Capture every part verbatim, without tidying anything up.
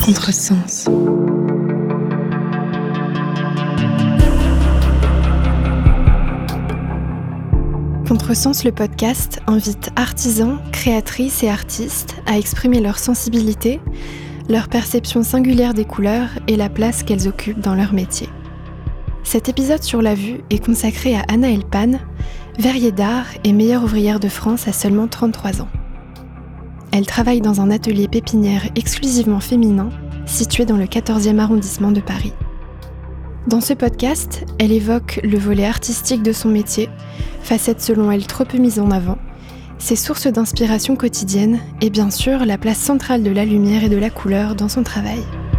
Contresens. Contresens, le podcast, invite artisans, créatrices et artistes à exprimer leur sensibilité, leur perception singulière des couleurs et la place qu'elles occupent dans leur métier. Cet épisode sur la vue est consacré à Anaëlle Pan, verrier d'art et meilleure ouvrière de France à seulement trente-trois ans. Elle travaille dans un atelier pépinière exclusivement féminin, situé dans le quatorzième arrondissement de Paris. Dans ce podcast, elle évoque le volet artistique de son métier, facette selon elle trop peu mise en avant, ses sources d'inspiration quotidienne et bien sûr la place centrale de la lumière et de la couleur dans son travail.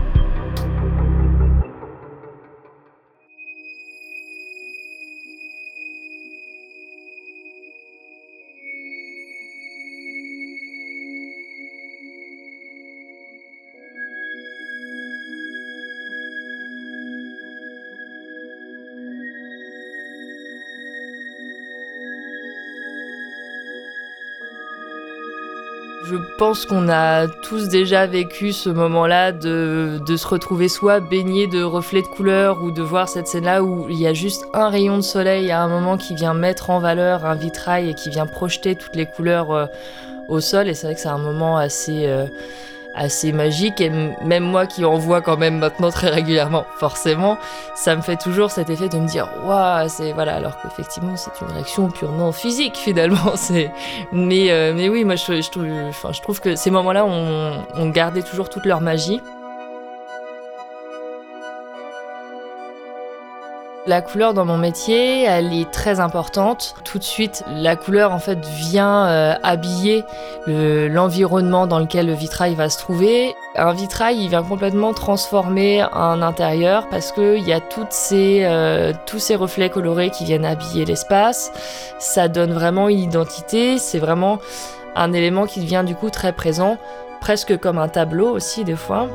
Je pense qu'on a tous déjà vécu ce moment-là de, de se retrouver soit baigné de reflets de couleurs ou de voir cette scène-là où il y a juste un rayon de soleil à un moment qui vient mettre en valeur un vitrail et qui vient projeter toutes les couleurs euh, au sol. Et c'est vrai que c'est un moment assez, euh, assez magique. Et m- même moi qui en vois quand même maintenant très régulièrement, forcément, ça me fait toujours cet effet de me dire « Waouh !» c'est voilà, alors qu'effectivement c'est une réaction purement physique finalement. C'est... Mais, euh, mais oui, moi je, je, trouve, enfin, je trouve que ces moments-là ont, ont gardé toujours toute leur magie. La couleur dans mon métier, elle est très importante. Tout de suite, la couleur en fait vient euh, habiller le, l'environnement dans lequel le vitrail va se trouver. Un vitrail, il vient complètement transformer un intérieur parce qu'il y a toutes ces, euh, tous ces reflets colorés qui viennent habiller l'espace. Ça donne vraiment une identité. C'est vraiment un élément qui devient du coup très présent, presque comme un tableau aussi des fois.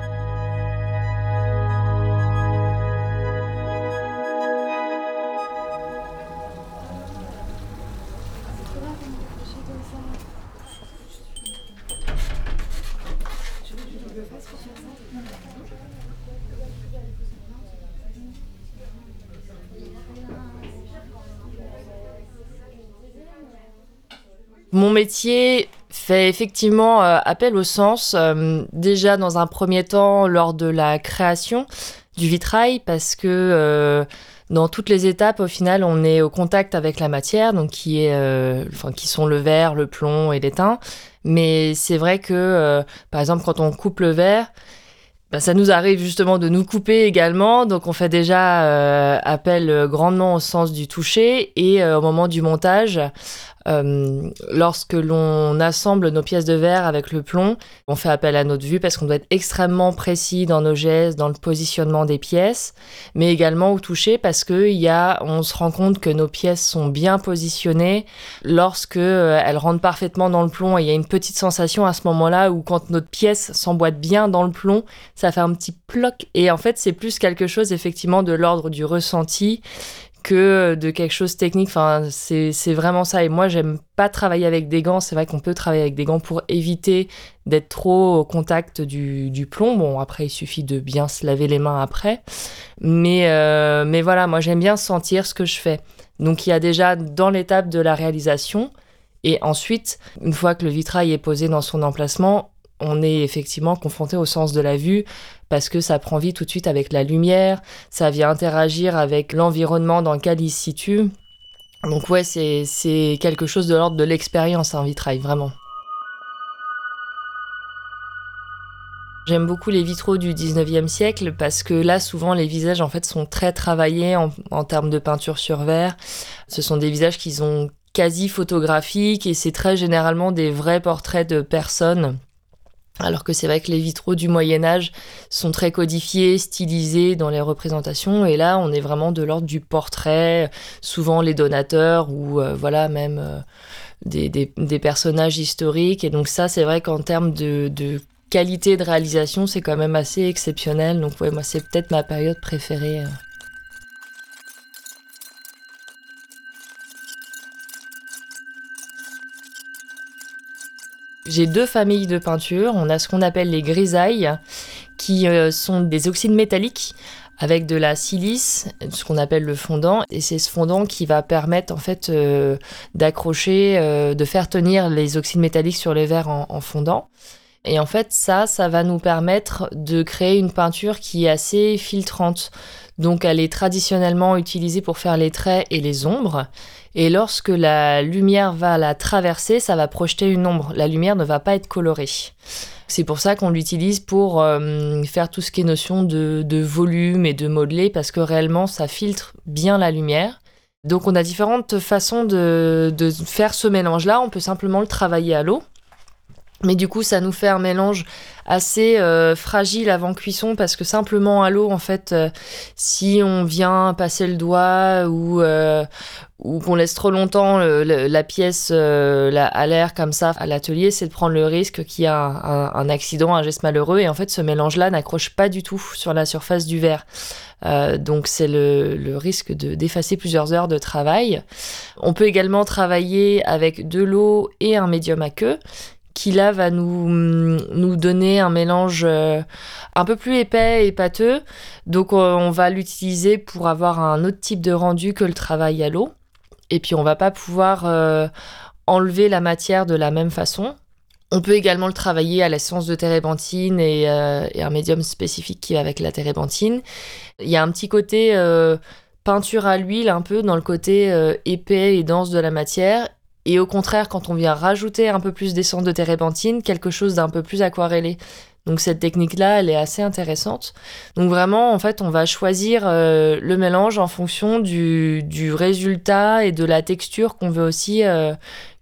Mon métier fait effectivement euh, appel au sens, euh, déjà dans un premier temps lors de la création du vitrail, parce que euh, dans toutes les étapes, au final, on est au contact avec la matière, donc qui est, euh, enfin, qui sont le verre, le plomb et l'étain. Mais c'est vrai que, euh, par exemple, quand on coupe le verre, bah, ça nous arrive justement de nous couper également, donc on fait déjà euh, appel grandement au sens du toucher, et euh, au moment du montage, euh, lorsque l'on assemble nos pièces de verre avec le plomb, on fait appel à notre vue parce qu'on doit être extrêmement précis dans nos gestes, dans le positionnement des pièces, mais également au toucher parce que y a, on se rend compte que nos pièces sont bien positionnées lorsque euh, elles rentrent parfaitement dans le plomb, et il y a une petite sensation à ce moment-là où quand notre pièce s'emboîte bien dans le plomb, ça fait un petit ploc. Et en fait, c'est plus quelque chose effectivement de l'ordre du ressenti que de quelque chose de technique. Enfin, c'est, c'est vraiment ça. Et moi, j'aime pas travailler avec des gants. C'est vrai qu'on peut travailler avec des gants pour éviter d'être trop au contact du, du plomb. Bon, après, il suffit de bien se laver les mains après. Mais, euh, mais voilà, moi, j'aime bien sentir ce que je fais. Donc, il y a déjà dans l'étape de la réalisation. Et ensuite, une fois que le vitrail est posé dans son emplacement, on est effectivement confronté au sens de la vue parce que ça prend vie tout de suite avec la lumière, ça vient interagir avec l'environnement dans lequel il se situe. Donc ouais, c'est, c'est quelque chose de l'ordre de l'expérience, un vitrail, vraiment. J'aime beaucoup les vitraux du dix-neuvième siècle parce que là, souvent, les visages en fait sont très travaillés en, en termes de peinture sur verre. Ce sont des visages qui sont quasi photographiques et c'est très généralement des vrais portraits de personnes. Alors que c'est vrai que les vitraux du Moyen-Âge sont très codifiés, stylisés dans les représentations. Et là, on est vraiment de l'ordre du portrait, souvent les donateurs ou euh, voilà même euh, des, des, des personnages historiques. Et donc ça, c'est vrai qu'en termes de, de qualité de réalisation, c'est quand même assez exceptionnel. Donc ouais, moi, c'est peut-être ma période préférée. J'ai deux familles de peinture. On a ce qu'on appelle les grisailles, qui euh, sont des oxydes métalliques avec de la silice, ce qu'on appelle le fondant, et c'est ce fondant qui va permettre en fait euh, d'accrocher, euh, de faire tenir les oxydes métalliques sur les verres en, en fondant. Et en fait, ça, ça va nous permettre de créer une peinture qui est assez filtrante. Donc, elle est traditionnellement utilisée pour faire les traits et les ombres. Et lorsque la lumière va la traverser, ça va projeter une ombre. La lumière ne va pas être colorée. C'est pour ça qu'on l'utilise pour euh, faire tout ce qui est notion de, de volume et de modelé, parce que réellement, ça filtre bien la lumière. Donc, on a différentes façons de, de faire ce mélange-là. On peut simplement le travailler à l'eau. Mais du coup, ça nous fait un mélange assez euh, fragile avant cuisson, parce que simplement à l'eau, en fait, euh, si on vient passer le doigt ou, euh, ou qu'on laisse trop longtemps le, le, la pièce euh, la, à l'air comme ça à l'atelier, c'est de prendre le risque qu'il y a un, un, un accident, un geste malheureux. Et en fait, ce mélange-là n'accroche pas du tout sur la surface du verre. Euh, donc c'est le, le risque de, d'effacer plusieurs heures de travail. On peut également travailler avec de l'eau et un médium à queue, qui là va nous, nous donner un mélange euh, un peu plus épais et pâteux. Donc euh, on va l'utiliser pour avoir un autre type de rendu que le travail à l'eau. Et puis on va pas pouvoir euh, enlever la matière de la même façon. On peut également le travailler à l'essence de térébenthine et, euh, et un médium spécifique qui va avec la térébenthine. Il y a un petit côté euh, peinture à l'huile, un peu dans le côté euh, épais et dense de la matière. Et au contraire, quand on vient rajouter un peu plus d'essence de térébenthine, quelque chose d'un peu plus aquarellé. Donc cette technique-là, elle est assez intéressante. Donc vraiment, en fait, on va choisir euh, le mélange en fonction du, du résultat et de la texture qu'on veut aussi euh,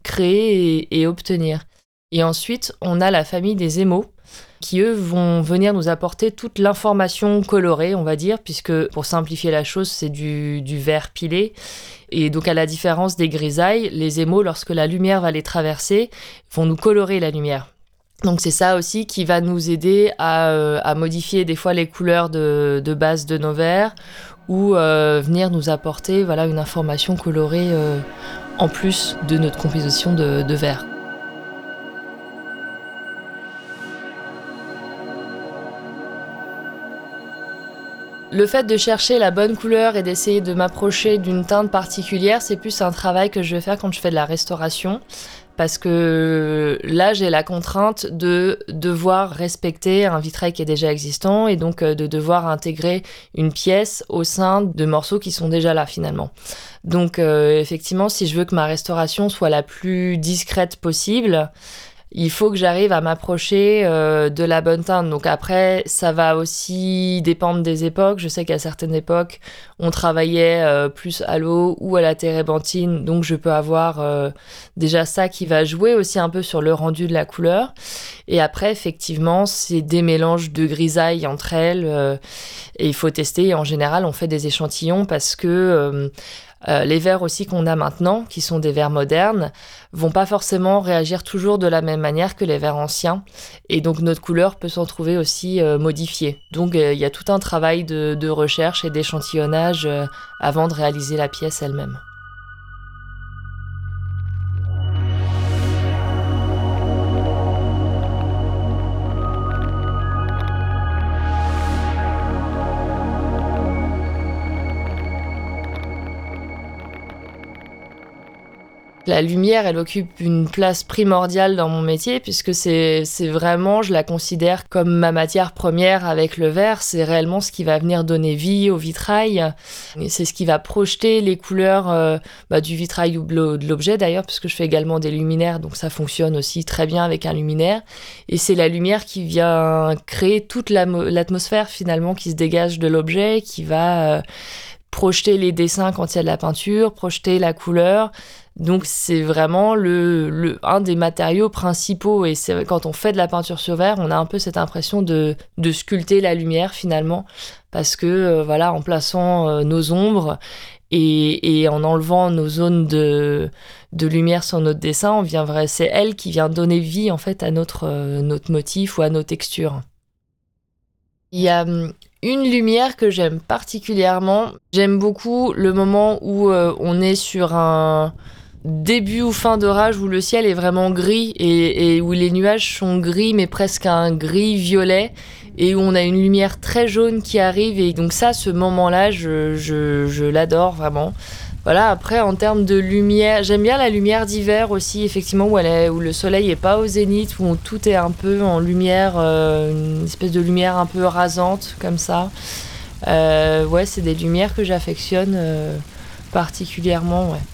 créer et, et obtenir. Et ensuite, on a la famille des émaux, qui eux vont venir nous apporter toute l'information colorée, on va dire, puisque pour simplifier la chose, c'est du, du vert pilé. Et donc à la différence des grisailles, les émaux, lorsque la lumière va les traverser, vont nous colorer la lumière. Donc c'est ça aussi qui va nous aider à, euh, à modifier des fois les couleurs de, de base de nos verres, ou euh, venir nous apporter voilà, une information colorée euh, en plus de notre composition de, de verre. Le fait de chercher la bonne couleur et d'essayer de m'approcher d'une teinte particulière, c'est plus un travail que je vais faire quand je fais de la restauration. Parce que là, j'ai la contrainte de devoir respecter un vitrail qui est déjà existant et donc de devoir intégrer une pièce au sein de morceaux qui sont déjà là finalement. Donc euh, effectivement, si je veux que ma restauration soit la plus discrète possible, il faut que j'arrive à m'approcher euh, de la bonne teinte. Donc après, ça va aussi dépendre des époques. Je sais qu'à certaines époques, on travaillait euh, plus à l'eau ou à la térébenthine. Donc je peux avoir euh, déjà ça qui va jouer aussi un peu sur le rendu de la couleur. Et après, effectivement, c'est des mélanges de grisailles entre elles. Euh, et il faut tester. Et en général, on fait des échantillons parce que... Euh, Euh, les verres aussi qu'on a maintenant, qui sont des verres modernes, vont pas forcément réagir toujours de la même manière que les verres anciens. Et donc notre couleur peut s'en trouver aussi euh, modifiée. Donc il euh, y a tout un travail de, de recherche et d'échantillonnage euh, avant de réaliser la pièce elle-même. La lumière, elle occupe une place primordiale dans mon métier puisque c'est, c'est vraiment, je la considère comme ma matière première avec le verre. C'est réellement ce qui va venir donner vie au vitrail. Et c'est ce qui va projeter les couleurs euh, bah, du vitrail ou de l'objet d'ailleurs, puisque je fais également des luminaires, donc ça fonctionne aussi très bien avec un luminaire. Et c'est la lumière qui vient créer toute la, l'atmosphère finalement qui se dégage de l'objet, qui va euh, projeter les dessins quand il y a de la peinture, projeter la couleur. Donc c'est vraiment le, le, un des matériaux principaux et c'est, quand on fait de la peinture sur verre, on a un peu cette impression de, de sculpter la lumière finalement parce que euh, voilà, en plaçant euh, nos ombres et, et en enlevant nos zones de, de lumière sur notre dessin, on vient, c'est elle qui vient donner vie en fait à notre, euh, notre motif ou à nos textures. Il y a une lumière que j'aime particulièrement. J'aime beaucoup le moment où euh, on est sur un début ou fin d'orage où le ciel est vraiment gris et, et où les nuages sont gris mais presque un gris violet et où on a une lumière très jaune qui arrive. Et donc ça, ce moment-là, je, je, je l'adore vraiment. Voilà, après, en termes de lumière, j'aime bien la lumière d'hiver aussi, effectivement, où, elle est, où le soleil n'est pas au zénith, où tout est un peu en lumière, euh, une espèce de lumière un peu rasante, comme ça. Euh, ouais, c'est des lumières que j'affectionne euh, particulièrement, ouais.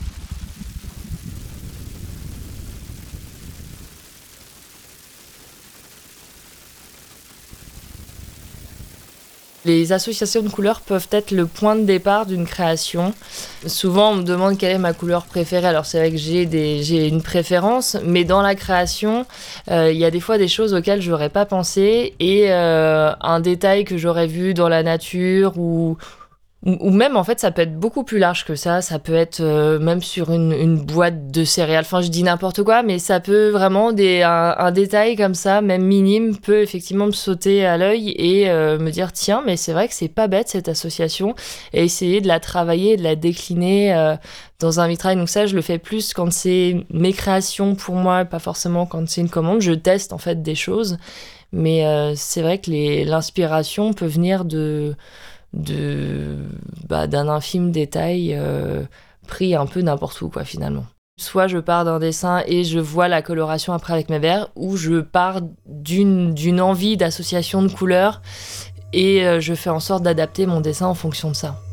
Les associations de couleurs peuvent être le point de départ d'une création. Souvent, on me demande quelle est ma couleur préférée. Alors, c'est vrai que j'ai, des, j'ai une préférence, mais dans la création, euh, il y a des fois des choses auxquelles je n'aurais pas pensé et euh, un détail que j'aurais vu dans la nature ou... Ou même, en fait, ça peut être beaucoup plus large que ça. Ça peut être euh, même sur une, une boîte de céréales. Enfin, je dis n'importe quoi, mais ça peut vraiment... Des, un, un détail comme ça, même minime, peut effectivement me sauter à l'œil et euh, me dire, tiens, mais c'est vrai que c'est pas bête, cette association. Et essayer de la travailler, de la décliner euh, dans un vitrail. Donc ça, je le fais plus quand c'est mes créations pour moi, pas forcément quand c'est une commande. Je teste, en fait, des choses. Mais euh, c'est vrai que les, l'inspiration peut venir de... de bah, d'un infime détail euh, pris un peu n'importe où, quoi, finalement. Soit je pars d'un dessin et je vois la coloration après avec mes verres, ou je pars d'une, d'une envie d'association de couleurs et euh, je fais en sorte d'adapter mon dessin en fonction de ça.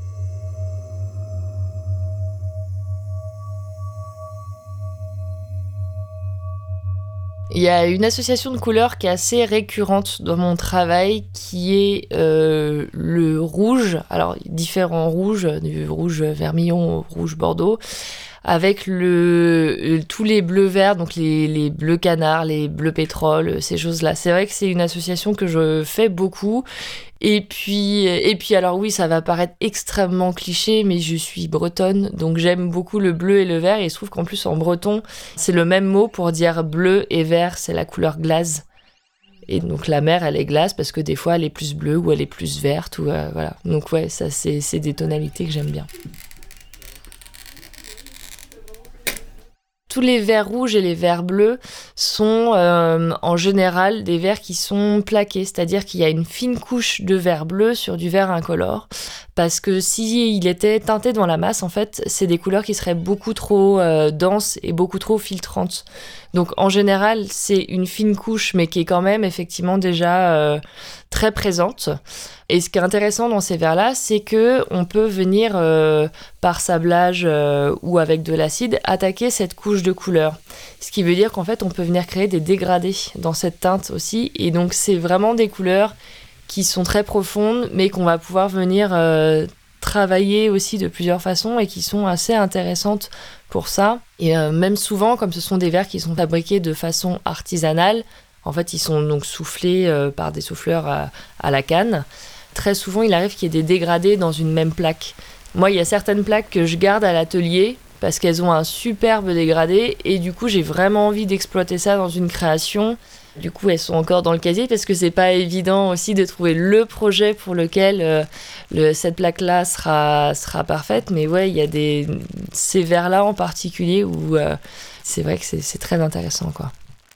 Il y a une association de couleurs qui est assez récurrente dans mon travail, qui est euh, le rouge, alors différents rouges, du rouge vermillon au rouge bordeaux, avec le, tous les bleus verts, donc les, les bleus canards, les bleus pétrole, ces choses-là. C'est vrai que c'est une association que je fais beaucoup. Et puis, et puis alors oui, ça va paraître extrêmement cliché, mais je suis bretonne, donc j'aime beaucoup le bleu et le vert. Et il se trouve qu'en plus en breton, c'est le même mot pour dire bleu et vert, c'est la couleur glace. Et donc la mer, elle est glace parce que des fois, elle est plus bleue ou elle est plus verte. Ou, euh, voilà. Donc ouais, ça c'est, c'est des tonalités que j'aime bien. Tous les verres rouges et les verres bleus sont euh, en général des verres qui sont plaqués, c'est-à-dire qu'il y a une fine couche de verre bleu sur du verre incolore, parce que s'il était teinté dans la masse, en fait, c'est des couleurs qui seraient beaucoup trop euh, denses et beaucoup trop filtrantes. Donc en général, c'est une fine couche, mais qui est quand même effectivement déjà euh, très présente. Et ce qui est intéressant dans ces verres-là, c'est que on peut venir euh, par sablage euh, ou avec de l'acide attaquer cette couche de couleur. Ce qui veut dire qu'en fait, on peut venir créer des dégradés dans cette teinte aussi. Et donc, c'est vraiment des couleurs qui sont très profondes, mais qu'on va pouvoir venir euh, travailler aussi de plusieurs façons et qui sont assez intéressantes pour ça. Et euh, même souvent, comme ce sont des verres qui sont fabriqués de façon artisanale, en fait, ils sont donc soufflés euh, par des souffleurs à, à la canne. Très souvent, il arrive qu'il y ait des dégradés dans une même plaque. Moi, il y a certaines plaques que je garde à l'atelier parce qu'elles ont un superbe dégradé et du coup, j'ai vraiment envie d'exploiter ça dans une création. Du coup, elles sont encore dans le casier parce que c'est pas évident aussi de trouver le projet pour lequel euh, le, cette plaque-là sera, sera parfaite. Mais ouais, il y a des, ces verres-là en particulier où euh, c'est vrai que c'est, c'est très intéressant, quoi.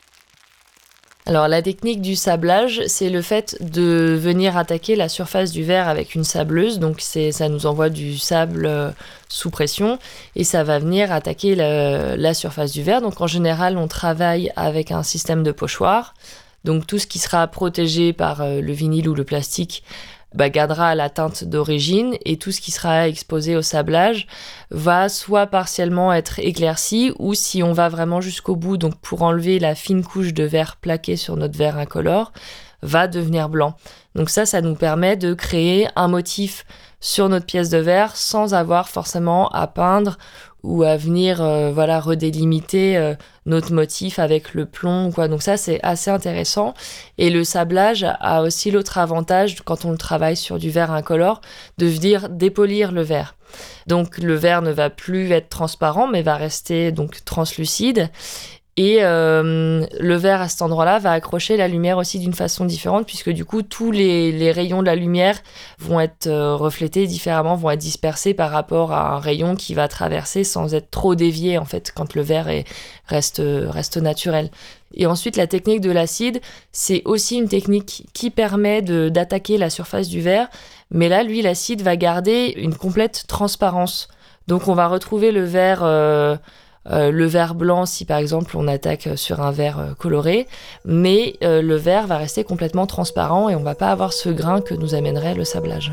Alors la technique du sablage, c'est le fait de venir attaquer la surface du verre avec une sableuse. Donc c'est, ça nous envoie du sable euh, sous pression et ça va venir attaquer la, la surface du verre. Donc en général, on travaille avec un système de pochoir. Donc tout ce qui sera protégé par euh, le vinyle ou le plastique bah, gardera la teinte d'origine et tout ce qui sera exposé au sablage va soit partiellement être éclairci ou si on va vraiment jusqu'au bout, donc pour enlever la fine couche de verre plaqué sur notre verre incolore, va devenir blanc. Donc ça, ça nous permet de créer un motif sur notre pièce de verre sans avoir forcément à peindre ou à venir euh, voilà, redélimiter euh, notre motif avec le plomb, quoi. Donc ça, c'est assez intéressant. Et le sablage a aussi l'autre avantage, quand on le travaille sur du verre incolore, de venir dépolir le verre. Donc le verre ne va plus être transparent, mais va rester donc translucide. Et euh, le verre à cet endroit-là va accrocher la lumière aussi d'une façon différente, puisque du coup, tous les, les rayons de la lumière vont être euh, reflétés différemment, vont être dispersés par rapport à un rayon qui va traverser sans être trop dévié, en fait, quand le verre est, reste, reste naturel. Et ensuite, la technique de l'acide, c'est aussi une technique qui permet de, d'attaquer la surface du verre, mais là, lui, l'acide va garder une complète transparence. Donc, on va retrouver le verre... Euh, Euh, le verre blanc si par exemple on attaque sur un verre euh, coloré, mais euh, le verre va rester complètement transparent et on va pas avoir ce grain que nous amènerait le sablage.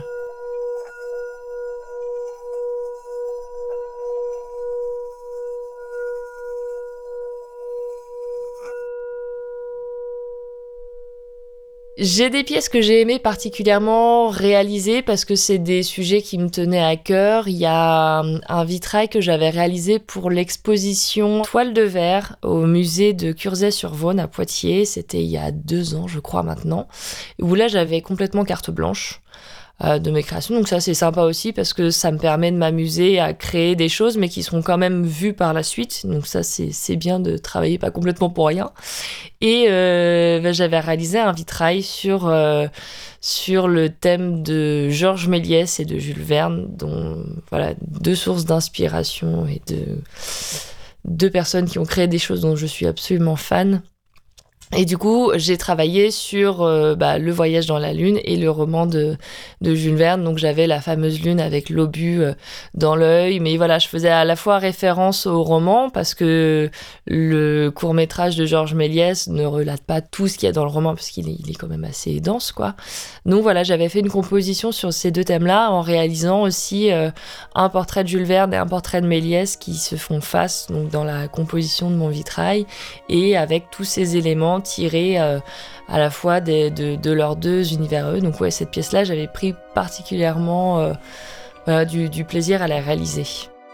J'ai des pièces que j'ai aimé particulièrement réaliser parce que c'est des sujets qui me tenaient à cœur. Il y a un vitrail que j'avais réalisé pour l'exposition Toile de verre au musée de Curzay-sur-Vaune à Poitiers. C'était il y a deux ans, je crois maintenant, où là j'avais complètement carte blanche euh, de mes créations. Donc ça c'est sympa aussi parce que ça me permet de m'amuser à créer des choses mais qui seront quand même vues par la suite. Donc ça c'est, c'est bien de travailler pas complètement pour rien. Et euh, ben, j'avais réalisé un vitrail sur, euh, sur le thème de Georges Méliès et de Jules Verne, dont voilà, deux sources d'inspiration et de, deux personnes qui ont créé des choses dont je suis absolument fan. Et du coup, j'ai travaillé sur euh, bah, Le Voyage dans la Lune et le roman de, de Jules Verne. Donc, j'avais la fameuse lune avec l'obus euh, dans l'œil. Mais voilà, je faisais à la fois référence au roman parce que le court-métrage de Georges Méliès ne relate pas tout ce qu'il y a dans le roman parce qu'il est, il est quand même assez dense, quoi. Donc voilà, j'avais fait une composition sur ces deux thèmes-là en réalisant aussi euh, un portrait de Jules Verne et un portrait de Méliès qui se font face donc, dans la composition de mon vitrail et avec tous ces éléments tirés euh, à la fois des, de, de leurs deux univers eux. Donc ouais, cette pièce-là, j'avais pris particulièrement euh, voilà, du, du plaisir à la réaliser.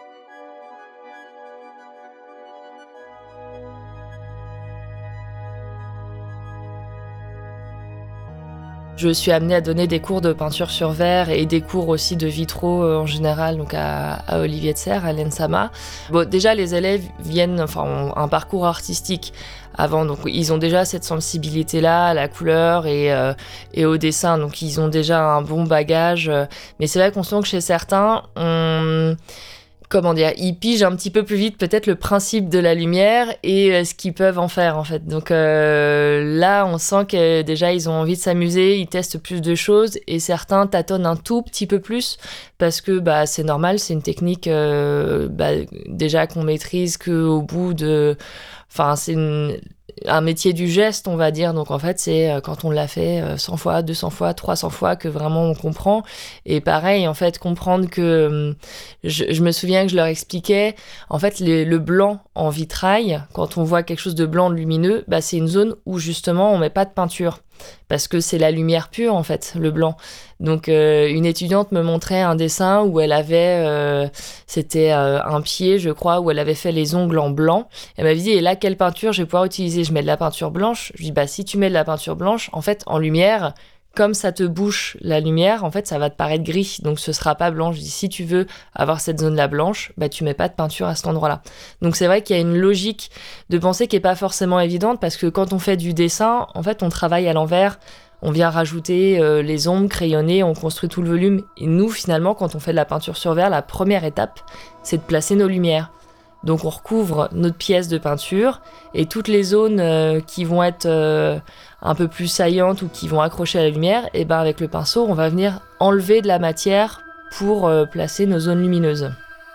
Je suis amenée à donner des cours de peinture sur verre et des cours aussi de vitraux euh, en général, donc à, à Olivier de Serres, à l'E N S A M A. Bon, déjà, les élèves viennent, enfin, ont un parcours artistique avant, donc ils ont déjà cette sensibilité-là à la couleur et, euh, et au dessin, donc ils ont déjà un bon bagage. Mais c'est vrai qu'on sent que chez certains, on... comment dire, ils pigent un petit peu plus vite peut-être le principe de la lumière et euh, ce qu'ils peuvent en faire en fait. Donc euh, là, on sent que déjà ils ont envie de s'amuser, ils testent plus de choses et certains tâtonnent un tout petit peu plus parce que bah c'est normal, c'est une technique euh, bah, déjà qu'on maîtrise qu'au bout de, enfin c'est une un métier du geste, on va dire. Donc en fait, c'est quand on l'a fait cent fois, deux cents fois, trois cents fois que vraiment on comprend. Et pareil, en fait, comprendre que... Je, je me souviens que je leur expliquais, en fait, le, le blanc en vitrail, quand on voit quelque chose de blanc lumineux, bah, c'est une zone où justement on met pas de peinture. Parce que c'est la lumière pure, en fait, le blanc. Donc, euh, une étudiante me montrait un dessin où elle avait... Euh, c'était euh, un pied, je crois, où elle avait fait les ongles en blanc. Elle m'avait dit, et là, quelle peinture je vais pouvoir utiliser ? Je mets de la peinture blanche. Je lui dis, bah, si tu mets de la peinture blanche, en fait, en lumière... Comme ça te bouche la lumière, en fait, ça va te paraître gris, donc ce sera pas blanc. Je dis, si tu veux avoir cette zone-là blanche, bah, tu mets pas de peinture à cet endroit-là. Donc c'est vrai qu'il y a une logique de pensée qui est pas forcément évidente, parce que quand on fait du dessin, en fait, on travaille à l'envers, on vient rajouter euh, les ombres, crayonner, on construit tout le volume. Et nous, finalement, quand on fait de la peinture sur verre, la première étape, c'est de placer nos lumières. Donc on recouvre notre pièce de peinture et toutes les zones euh, qui vont être euh, un peu plus saillantes ou qui vont accrocher à la lumière, et ben avec le pinceau, on va venir enlever de la matière pour euh, placer nos zones lumineuses.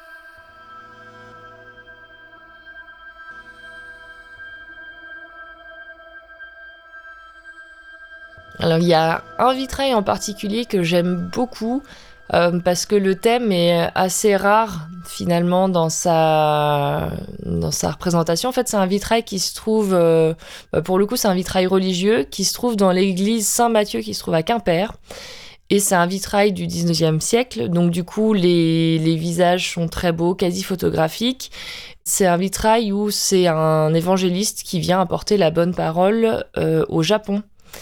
Alors il y a un vitrail en particulier que j'aime beaucoup, Euh, parce que le thème est assez rare finalement dans sa, dans sa représentation. En fait, c'est un vitrail qui se trouve, euh, pour le coup, c'est un vitrail religieux qui se trouve dans l'église Saint-Matthieu qui se trouve à Quimper. Et c'est un vitrail du dix-neuvième siècle, donc du coup, les, les visages sont très beaux, quasi photographiques. C'est un vitrail où c'est un évangéliste qui vient apporter la bonne parole euh, au Japon.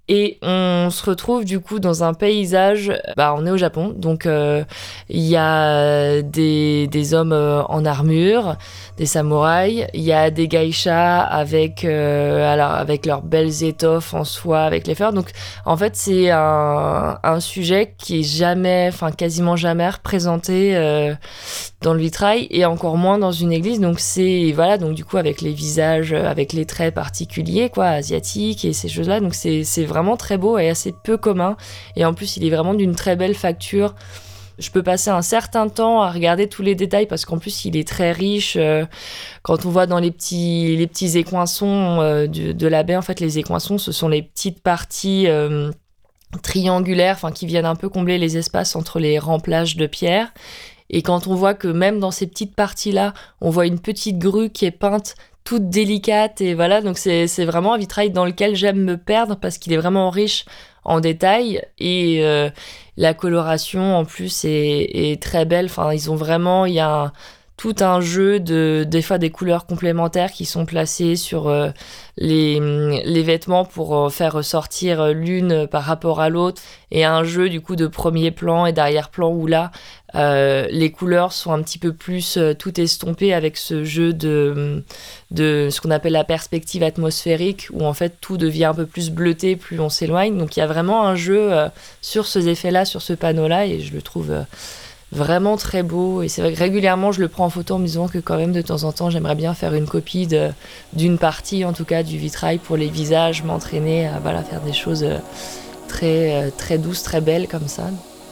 Et on se retrouve du coup dans un paysage, bah on est au Japon, donc il euh, y a des, des hommes euh, en armure, des samouraïs, il y a des geishas avec, euh, alors, avec leurs belles étoffes en soie, avec les fleurs. Donc en fait c'est un, un sujet qui est jamais, enfin quasiment jamais représenté euh, dans le vitrail et encore moins dans une église. Donc c'est, voilà, donc du coup avec les visages, avec les traits particuliers, quoi, asiatiques et ces choses-là. Donc c'est, c'est vraiment vraiment très beau et assez peu commun. Et en plus, il est vraiment d'une très belle facture. Je peux passer un certain temps à regarder tous les détails parce qu'en plus, il est très riche. Euh, quand on voit dans les petits, les petits écoinçons euh, de, de la baie, en fait, les écoinçons, ce sont les petites parties euh, triangulaires, enfin, qui viennent un peu combler les espaces entre les remplages de pierre. Et quand on voit que même dans ces petites parties-là, on voit une petite grue qui est peinte toute délicate et voilà, donc c'est, c'est vraiment un vitrail dans lequel j'aime me perdre parce qu'il est vraiment riche en détails et euh, la coloration en plus est, est très belle. Enfin, ils ont vraiment, il y a un, tout un jeu de, des fois des couleurs complémentaires qui sont placées sur euh, les, les vêtements pour faire ressortir l'une par rapport à l'autre et un jeu du coup de premier plan et d'arrière-plan où là Euh, les couleurs sont un petit peu plus euh, tout estompées avec ce jeu de, de ce qu'on appelle la perspective atmosphérique où en fait tout devient un peu plus bleuté plus on s'éloigne. Donc il y a vraiment un jeu euh, sur ces effets-là, sur ce panneau-là et je le trouve euh, vraiment très beau. Et c'est vrai que régulièrement je le prends en photo en me disant que quand même de temps en temps j'aimerais bien faire une copie de, d'une partie en tout cas du vitrail pour les visages, m'entraîner à voilà, faire des choses euh, très, euh, très douces, très belles comme ça.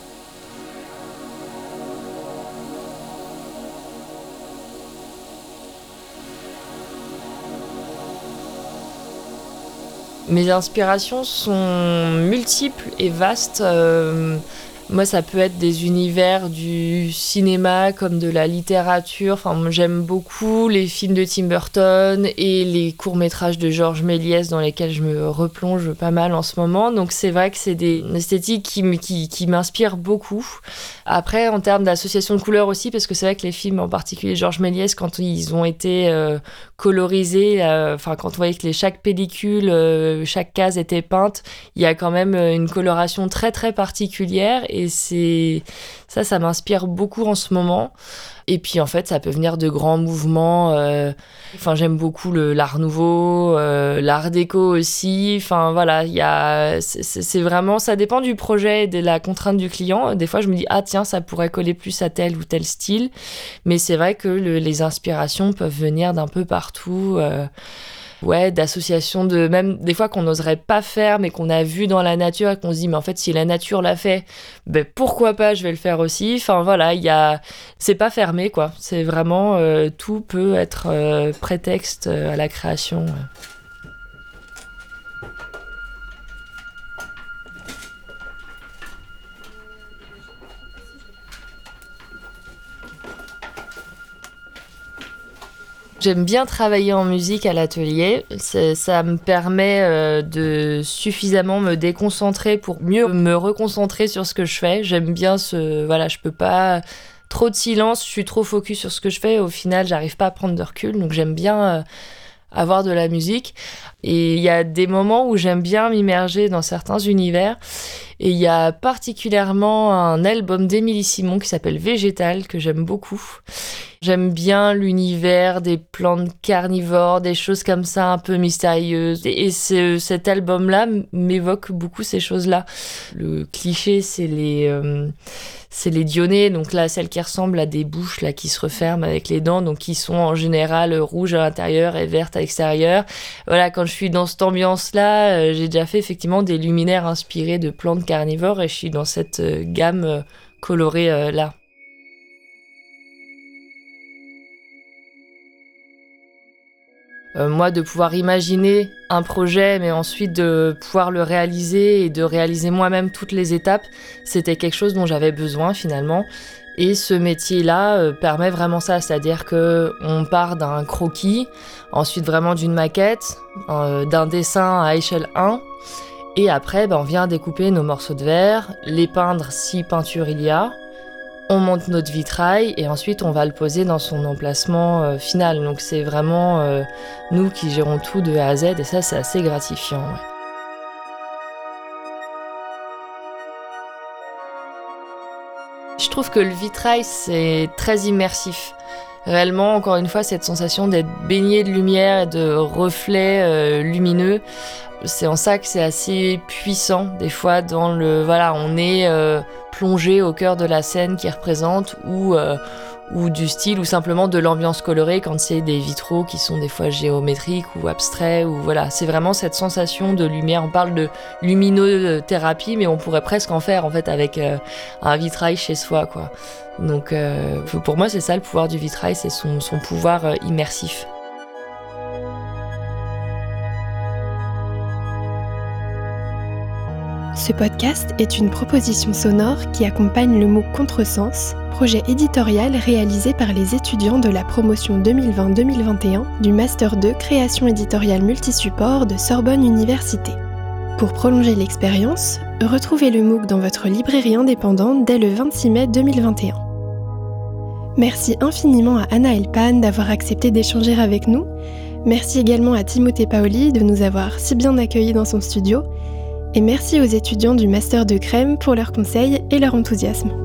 Mes inspirations sont multiples et vastes. Euh, moi, ça peut être des univers du cinéma comme de la littérature. Enfin, moi, j'aime beaucoup les films de Tim Burton et les courts-métrages de Georges Méliès dans lesquels je me replonge pas mal en ce moment. Donc, c'est vrai que c'est des esthétiques qui, qui, qui m'inspirent beaucoup. Après, en termes d'association de couleurs aussi, parce que c'est vrai que les films, en particulier Georges Méliès, quand ils ont été euh, colorisés, enfin, euh, quand on voyait que les, chaque pellicule, euh, chaque case était peinte, il y a quand même une coloration très, très particulière. Et c'est ça, ça m'inspire beaucoup en ce moment. Et puis en fait, ça peut venir de grands mouvements. Euh... Enfin, j'aime beaucoup le, l'art nouveau, euh, l'art déco aussi. Enfin voilà, il y a, c'est, c'est vraiment, ça dépend du projet et de la contrainte du client. Des fois, je me dis ah tiens, ça pourrait coller plus à tel ou tel style. Mais c'est vrai que le, les inspirations peuvent venir d'un peu partout. Euh... Ouais, d'associations de même des fois qu'on n'oserait pas faire mais qu'on a vu dans la nature et qu'on se dit mais en fait si la nature l'a fait, ben pourquoi pas je vais le faire aussi. Enfin voilà, il y a c'est pas fermé quoi. C'est vraiment euh, tout peut être euh, prétexte à la création. J'aime bien travailler en musique à l'atelier. C'est, ça me permet euh, de suffisamment me déconcentrer pour mieux me reconcentrer sur ce que je fais. J'aime bien ce... Voilà, je peux pas... Trop de silence, je suis trop focus sur ce que je fais. Au final, j'arrive pas à prendre de recul. Donc j'aime bien euh, avoir de la musique. Et il y a des moments où j'aime bien m'immerger dans certains univers. Et il y a particulièrement un album d'Émilie Simon qui s'appelle Végétal, que j'aime beaucoup. J'aime bien l'univers des plantes carnivores, des choses comme ça un peu mystérieuses. Et ce, cet album-là m'évoque beaucoup ces choses-là. Le cliché, c'est les, euh, c'est les dionnées, donc là, celles qui ressemblent à des bouches là, qui se referment avec les dents, donc qui sont en général rouges à l'intérieur et vertes à l'extérieur. Voilà, quand je suis dans cette ambiance-là, euh, j'ai déjà fait effectivement des luminaires inspirés de plantes carnivores et je suis dans cette euh, gamme euh, colorée euh, là. Euh, moi, de pouvoir imaginer un projet, mais ensuite de pouvoir le réaliser et de réaliser moi-même toutes les étapes, c'était quelque chose dont j'avais besoin finalement. Et ce métier-là euh, permet vraiment ça, c'est-à-dire qu'on part d'un croquis, ensuite vraiment d'une maquette, euh, d'un dessin à échelle un, et après ben, on vient découper nos morceaux de verre, les peindre si peinture il y a, on monte notre vitrail et ensuite on va le poser dans son emplacement euh, final. Donc c'est vraiment euh, nous qui gérons tout de A à Z et ça c'est assez gratifiant. Ouais. je trouve que le vitrail, c'est très immersif. Réellement, encore une fois, cette sensation d'être baigné de lumière et de reflets euh, lumineux, c'est en ça que c'est assez puissant. Des fois, dans le, voilà, on est euh, plongé au cœur de la scène qui représente ou euh, ou du style, ou simplement de l'ambiance colorée quand c'est des vitraux qui sont des fois géométriques ou abstraits, ou voilà, c'est vraiment cette sensation de lumière. On parle de luminothérapie, mais on pourrait presque en faire en fait avec euh, un vitrail chez soi, quoi. Donc euh, pour moi, c'est ça le pouvoir du vitrail, c'est son, son pouvoir euh, immersif. Ce podcast est une proposition sonore qui accompagne le MOOC Contresens, projet éditorial réalisé par les étudiants de la promotion deux mille vingt deux mille vingt et un du Master deux Création éditoriale multisupport de Sorbonne Université. Pour prolonger l'expérience, retrouvez le MOOC dans votre librairie indépendante dès le vingt-six mai deux mille vingt et un. Merci infiniment à Anna Elpan d'avoir accepté d'échanger avec nous. Merci également à Timothée Paoli de nous avoir si bien accueillis dans son studio. Et merci aux étudiants du Master de Crème pour leurs conseils et leur enthousiasme.